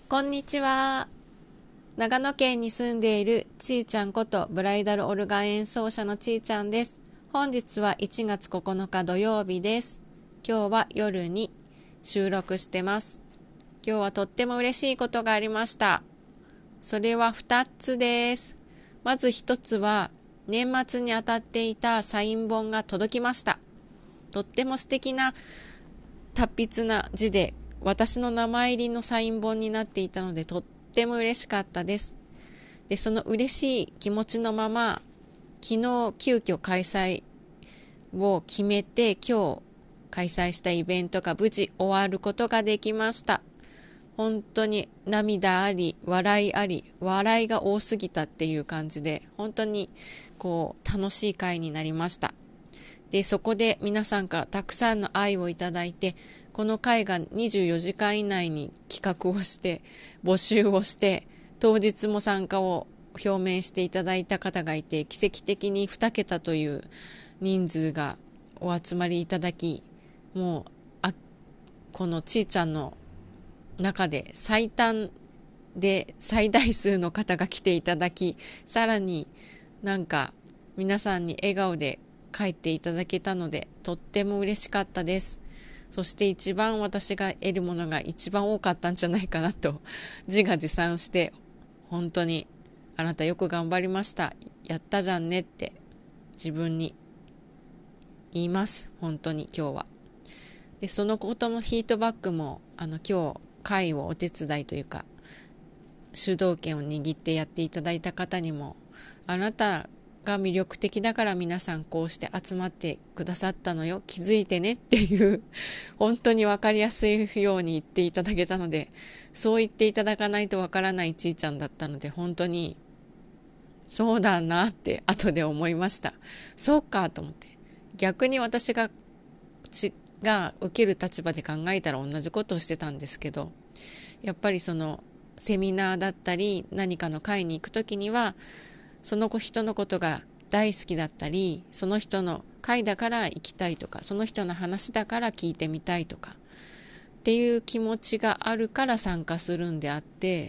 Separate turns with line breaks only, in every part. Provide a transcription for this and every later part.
こんにちは。長野県に住んでいるちーちゃんことブライダルオルガン演奏者のちーちゃんです。本日は1月9日土曜日です。今日は夜に収録してます。今日はとっても嬉しいことがありました。それは2つです。まず1つは年末に当たっていたサイン本が届きました。とっても素敵な達筆な字で私の名前入りのサイン本になっていたのでとっても嬉しかったです。で、その嬉しい気持ちのまま昨日急遽開催を決めて今日開催したイベントが無事終わることができました。本当に涙あり笑いあり、笑いが多すぎたっていう感じで本当に楽しい会になりました。で、そこで皆さんからたくさんの愛をいただいて、この会が24時間以内に企画をして募集をして当日も参加を表明していただいた方がいて、奇跡的に2桁という人数がお集まりいただき、もうこのちーちゃんの中で最短で最大数の方が来ていただき、さらに皆さんに笑顔で帰っていただけたのでとっても嬉しかったです。そして一番私が得るものが一番多かったんじゃないかなと自画自賛して、本当にあなたよく頑張りました、やったじゃんねって自分に言います。本当に今日は。で、そのことのフィードバックも今日会をお手伝いというか主導権を握ってやっていただいた方にも、あなたが魅力的だから皆さんこうして集まってくださったのよ、気づいてねっていう本当に分かりやすいように言っていただけたので、そう言っていただかないと分からないちーちゃんだったので、本当にそうだなって後で思いました。そうかと思って、逆に私が受ける立場で考えたら同じことをしてたんですけど、やっぱりそのセミナーだったり何かの会に行くときにはその人のことが大好きだったり、その人の会だから行きたいとか、その人の話だから聞いてみたいとかっていう気持ちがあるから参加するんであって、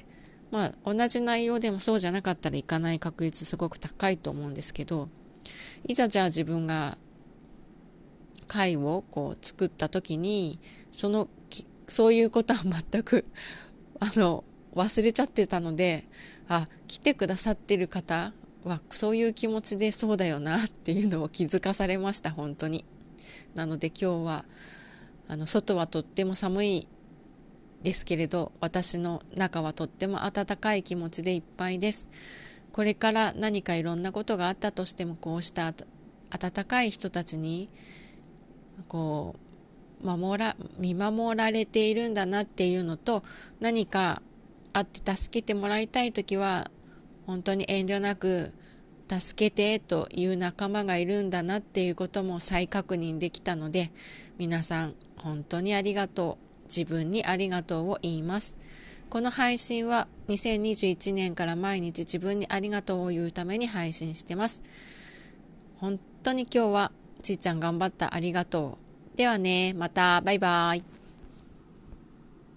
同じ内容でもそうじゃなかったら行かない確率すごく高いと思うんですけど、いざじゃあ自分が会を作った時にそういうことは全く忘れちゃってたので、来てくださってる方はそういう気持ちでそうだよなっていうのを気づかされました。本当に。なので今日は外はとっても寒いですけれど、私の中はとっても温かい気持ちでいっぱいです。これから何かいろんなことがあったとしても、こうした温かい人たちに見守られているんだなっていうのと、何かあって助けてもらいたいときは本当に遠慮なく助けてという仲間がいるんだなっていうことも再確認できたので、皆さん本当にありがとう、自分にありがとうを言います。この配信は2021年から毎日自分にありがとうを言うために配信してます。本当に今日はちーちゃん頑張った、ありがとう。ではね、またバイバイ。